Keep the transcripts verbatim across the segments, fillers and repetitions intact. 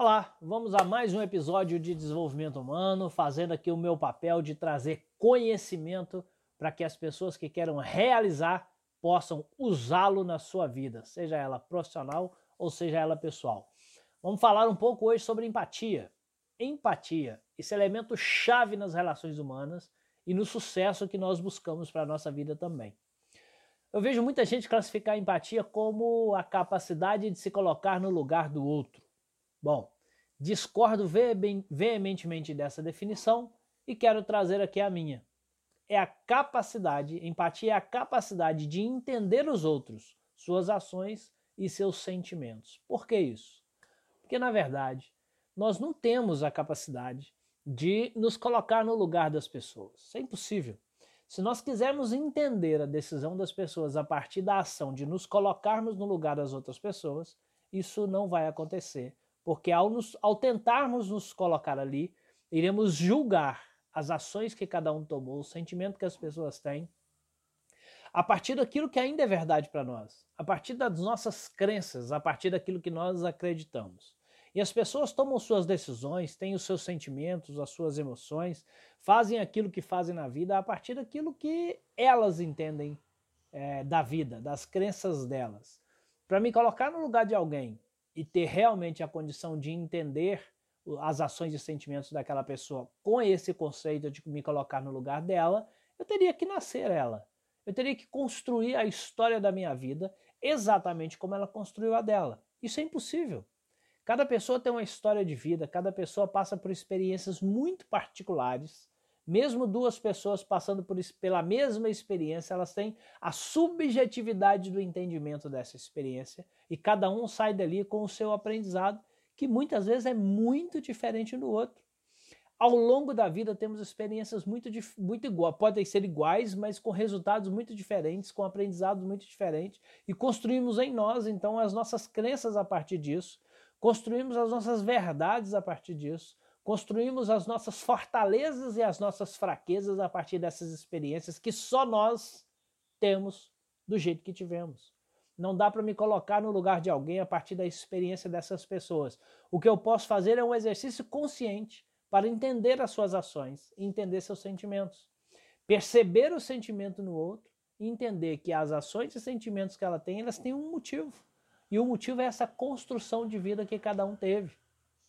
Olá, vamos a mais um episódio de Desenvolvimento Humano, fazendo aqui o meu papel de trazer conhecimento para que as pessoas que queiram realizar possam usá-lo na sua vida, seja ela profissional ou seja ela pessoal. Vamos falar um pouco hoje sobre empatia. Empatia, esse elemento chave nas relações humanas e no sucesso que nós buscamos para a nossa vida também. Eu vejo muita gente classificar a empatia como a capacidade de se colocar no lugar do outro. Bom, discordo veementemente dessa definição e quero trazer aqui a minha. É a capacidade, empatia é a capacidade de entender os outros, suas ações e seus sentimentos. Por que isso? Porque, na verdade, nós não temos a capacidade de nos colocar no lugar das pessoas. Isso é impossível. Se nós quisermos entender a decisão das pessoas a partir da ação de nos colocarmos no lugar das outras pessoas, isso não vai acontecer. Porque ao, nos, ao tentarmos nos colocar ali, iremos julgar as ações que cada um tomou, o sentimento que as pessoas têm, a partir daquilo que ainda é verdade para nós, a partir das nossas crenças, a partir daquilo que nós acreditamos. E as pessoas tomam suas decisões, têm os seus sentimentos, as suas emoções, fazem aquilo que fazem na vida a partir daquilo que elas entendem é, da vida, das crenças delas. Para me colocar no lugar de alguém e ter realmente a condição de entender as ações e sentimentos daquela pessoa com esse conceito de me colocar no lugar dela, eu teria que nascer ela. Eu teria que construir a história da minha vida exatamente como ela construiu a dela. Isso é impossível. Cada pessoa tem uma história de vida, cada pessoa passa por experiências muito particulares. Mesmo duas pessoas passando por, pela mesma experiência, elas têm a subjetividade do entendimento dessa experiência e cada um sai dali com o seu aprendizado, que muitas vezes é muito diferente do outro. Ao longo da vida temos experiências muito, muito iguais, podem ser iguais, mas com resultados muito diferentes, com aprendizados muito diferentes, e construímos em nós, então, as nossas crenças a partir disso, construímos as nossas verdades a partir disso, construímos as nossas fortalezas e as nossas fraquezas a partir dessas experiências que só nós temos do jeito que tivemos. Não dá para me colocar no lugar de alguém a partir da experiência dessas pessoas. O que eu posso fazer é um exercício consciente para entender as suas ações e entender seus sentimentos. Perceber o sentimento no outro e entender que as ações e sentimentos que ela tem, elas têm um motivo. E o motivo é essa construção de vida que cada um teve.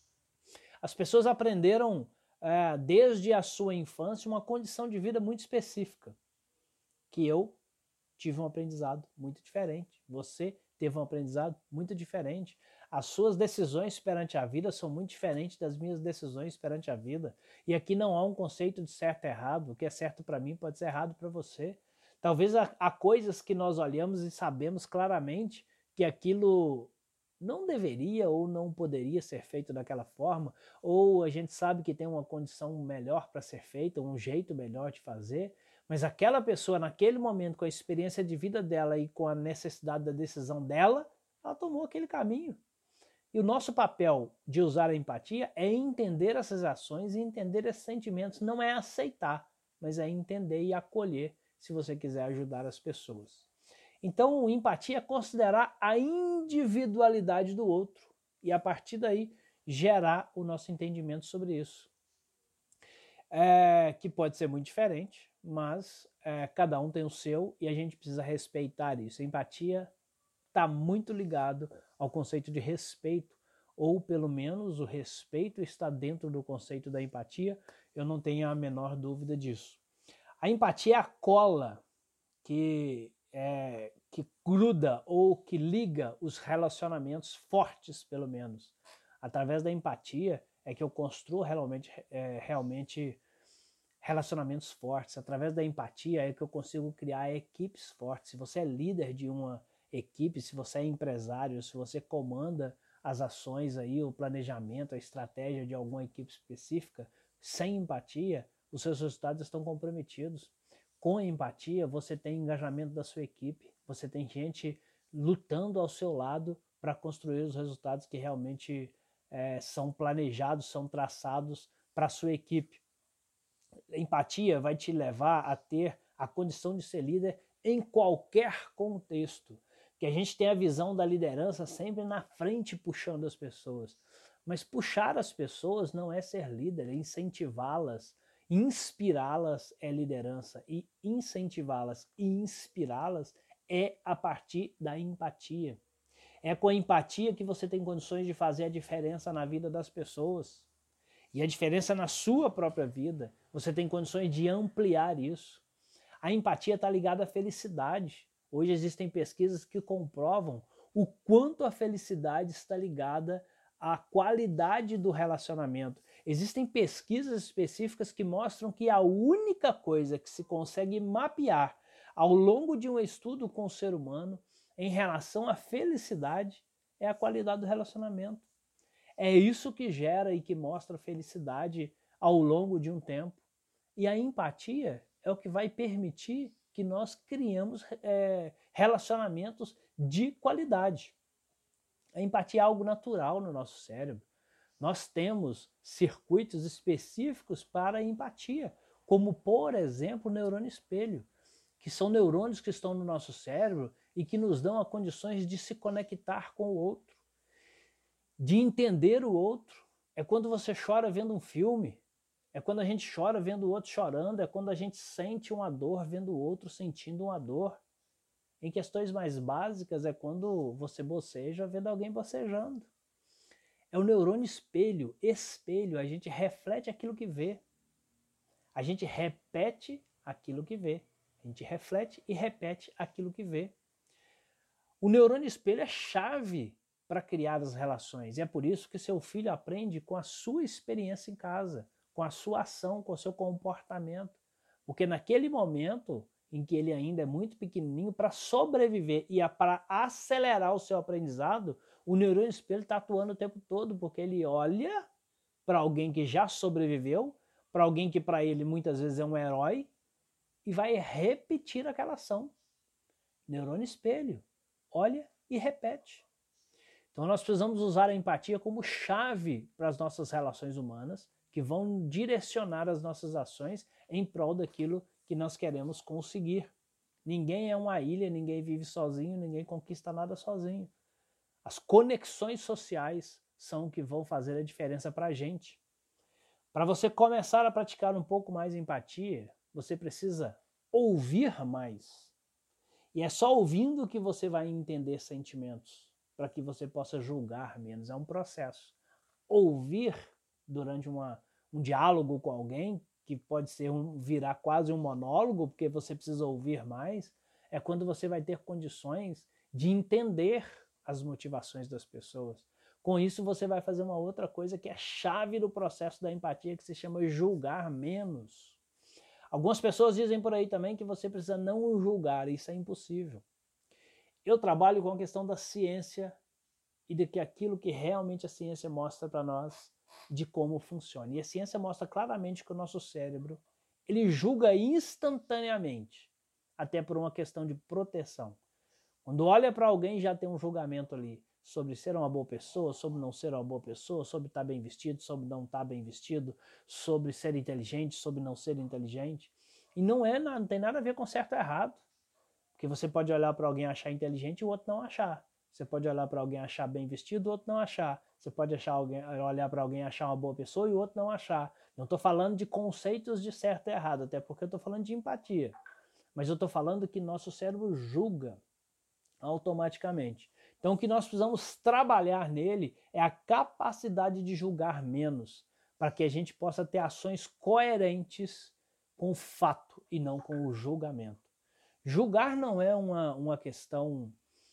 As pessoas aprenderam é, desde a sua infância uma condição de vida muito específica, que eu tive um aprendizado muito diferente, você teve um aprendizado muito diferente, as suas decisões perante a vida são muito diferentes das minhas decisões perante a vida, e aqui não há um conceito de certo e errado, o que é certo para mim pode ser errado para você. Talvez há, há coisas que nós olhamos e sabemos claramente que aquilo não deveria ou não poderia ser feito daquela forma, ou a gente sabe que tem uma condição melhor para ser feita, um jeito melhor de fazer, mas aquela pessoa naquele momento, com a experiência de vida dela e com a necessidade da decisão dela, ela tomou aquele caminho. E o nosso papel de usar a empatia é entender essas ações e entender esses sentimentos, não é aceitar, mas é entender e acolher se você quiser ajudar as pessoas. Então, empatia é considerar a individualidade do outro e, a partir daí, gerar o nosso entendimento sobre isso. É, que pode ser muito diferente, mas é, cada um tem o seu e a gente precisa respeitar isso. A empatia está muito ligado ao conceito de respeito, ou pelo menos o respeito está dentro do conceito da empatia, eu não tenho a menor dúvida disso. A empatia é a cola que É, que gruda ou que liga os relacionamentos fortes, pelo menos. Através da empatia é que eu construo realmente, é, realmente relacionamentos fortes. Através da empatia é que eu consigo criar equipes fortes. Se você é líder de uma equipe, se você é empresário, se você comanda as ações, aí, o planejamento, a estratégia de alguma equipe específica, sem empatia, os seus resultados estão comprometidos. Com empatia, você tem engajamento da sua equipe, você tem gente lutando ao seu lado para construir os resultados que realmente é, são planejados, são traçados para a sua equipe. Empatia vai te levar a ter a condição de ser líder em qualquer contexto, que a gente tem a visão da liderança sempre na frente puxando as pessoas. Mas puxar as pessoas não é ser líder, é incentivá-las. Inspirá-las é liderança e incentivá-las e inspirá-las é a partir da empatia. É com a empatia que você tem condições de fazer a diferença na vida das pessoas. E a diferença na sua própria vida, você tem condições de ampliar isso. A empatia está ligada à felicidade. Hoje existem pesquisas que comprovam o quanto a felicidade está ligada à qualidade do relacionamento. Existem pesquisas específicas que mostram que a única coisa que se consegue mapear ao longo de um estudo com o ser humano em relação à felicidade é a qualidade do relacionamento. É isso que gera e que mostra felicidade ao longo de um tempo. E a empatia é o que vai permitir que nós criamos é, relacionamentos de qualidade. A empatia é algo natural no nosso cérebro. Nós temos circuitos específicos para a empatia, como, por exemplo, o neurônio espelho, que são neurônios que estão no nosso cérebro e que nos dão as condições de se conectar com o outro, de entender o outro. É quando você chora vendo um filme, é quando a gente chora vendo o outro chorando, é quando a gente sente uma dor vendo o outro sentindo uma dor. Em questões mais básicas, é quando você boceja vendo alguém bocejando. É o neurônio espelho, espelho, a gente reflete aquilo que vê. A gente repete aquilo que vê. A gente reflete e repete aquilo que vê. O neurônio espelho é chave para criar as relações. E é por isso que seu filho aprende com a sua experiência em casa, com a sua ação, com o seu comportamento. Porque naquele momento em que ele ainda é muito pequenininho, para sobreviver e para acelerar o seu aprendizado, o neurônio espelho está atuando o tempo todo, porque ele olha para alguém que já sobreviveu, para alguém que para ele muitas vezes é um herói, e vai repetir aquela ação. Neurônio espelho. Olha e repete. Então nós precisamos usar a empatia como chave para as nossas relações humanas, que vão direcionar as nossas ações em prol daquilo que nós queremos conseguir. Ninguém é uma ilha, ninguém vive sozinho, ninguém conquista nada sozinho. As conexões sociais são o que vão fazer a diferença para a gente. Para você começar a praticar um pouco mais empatia, você precisa ouvir mais. E é só ouvindo que você vai entender sentimentos, para que você possa julgar menos. É um processo. Ouvir durante uma, um diálogo com alguém, que pode ser um, virar quase um monólogo, porque você precisa ouvir mais, é quando você vai ter condições de entender as motivações das pessoas. Com isso, você vai fazer uma outra coisa que é chave do processo da empatia, que se chama julgar menos. Algumas pessoas dizem por aí também que você precisa não julgar, isso é impossível. Eu trabalho com a questão da ciência e de que aquilo que realmente a ciência mostra para nós de como funciona. E a ciência mostra claramente que o nosso cérebro, ele julga instantaneamente, até por uma questão de proteção. Quando olha para alguém, já tem um julgamento ali sobre ser uma boa pessoa, sobre não ser uma boa pessoa, sobre estar bem vestido, sobre não estar bem vestido, sobre ser inteligente, sobre não ser inteligente. E não, é, não tem nada a ver com certo ou errado. Porque você pode olhar para alguém e achar inteligente e o outro não achar. Você pode olhar para alguém e achar bem vestido e o outro não achar. Você pode achar alguém, olhar para alguém e achar uma boa pessoa e o outro não achar. Não estou falando de conceitos de certo e errado, até porque eu estou falando de empatia. Mas eu estou falando que nosso cérebro julga automaticamente. Então o que nós precisamos trabalhar nele é a capacidade de julgar menos, para que a gente possa ter ações coerentes com o fato e não com o julgamento. Julgar não é uma, uma questão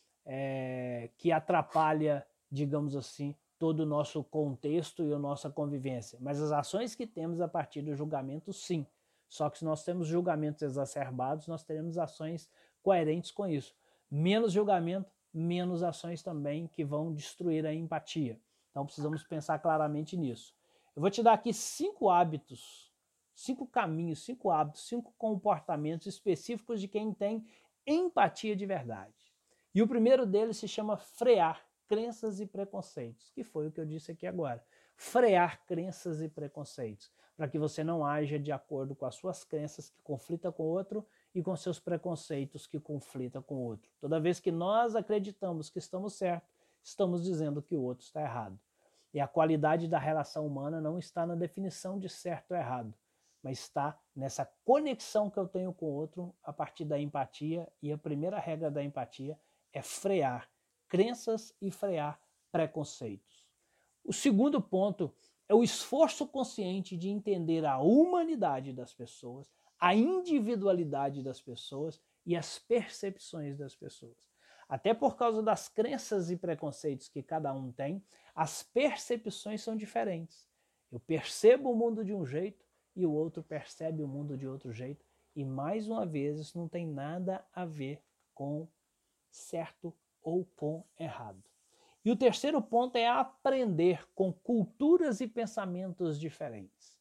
é, que atrapalha, digamos assim, todo o nosso contexto e a nossa convivência, mas as ações que temos a partir do julgamento, sim. Só que se nós temos julgamentos exacerbados, nós teremos ações coerentes com isso. Menos julgamento, menos ações também que vão destruir a empatia. Então precisamos pensar claramente nisso. Eu vou te dar aqui cinco hábitos, cinco caminhos, cinco hábitos, cinco comportamentos específicos de quem tem empatia de verdade. E o primeiro deles se chama frear crenças e preconceitos, que foi o que eu disse aqui agora. Frear crenças e preconceitos, para que você não haja de acordo com as suas crenças que conflitam com o outro e com seus preconceitos que conflitam com o outro. Toda vez que nós acreditamos que estamos certos, estamos dizendo que o outro está errado. E a qualidade da relação humana não está na definição de certo ou errado, mas está nessa conexão que eu tenho com o outro a partir da empatia. E a primeira regra da empatia é frear crenças e frear preconceitos. O segundo ponto é o esforço consciente de entender a humanidade das pessoas, a individualidade das pessoas e as percepções das pessoas. Até por causa das crenças e preconceitos que cada um tem, as percepções são diferentes. Eu percebo o mundo de um jeito e o outro percebe o mundo de outro jeito. E mais uma vez, isso não tem nada a ver com certo ou com errado. E o terceiro ponto é aprender com culturas e pensamentos diferentes.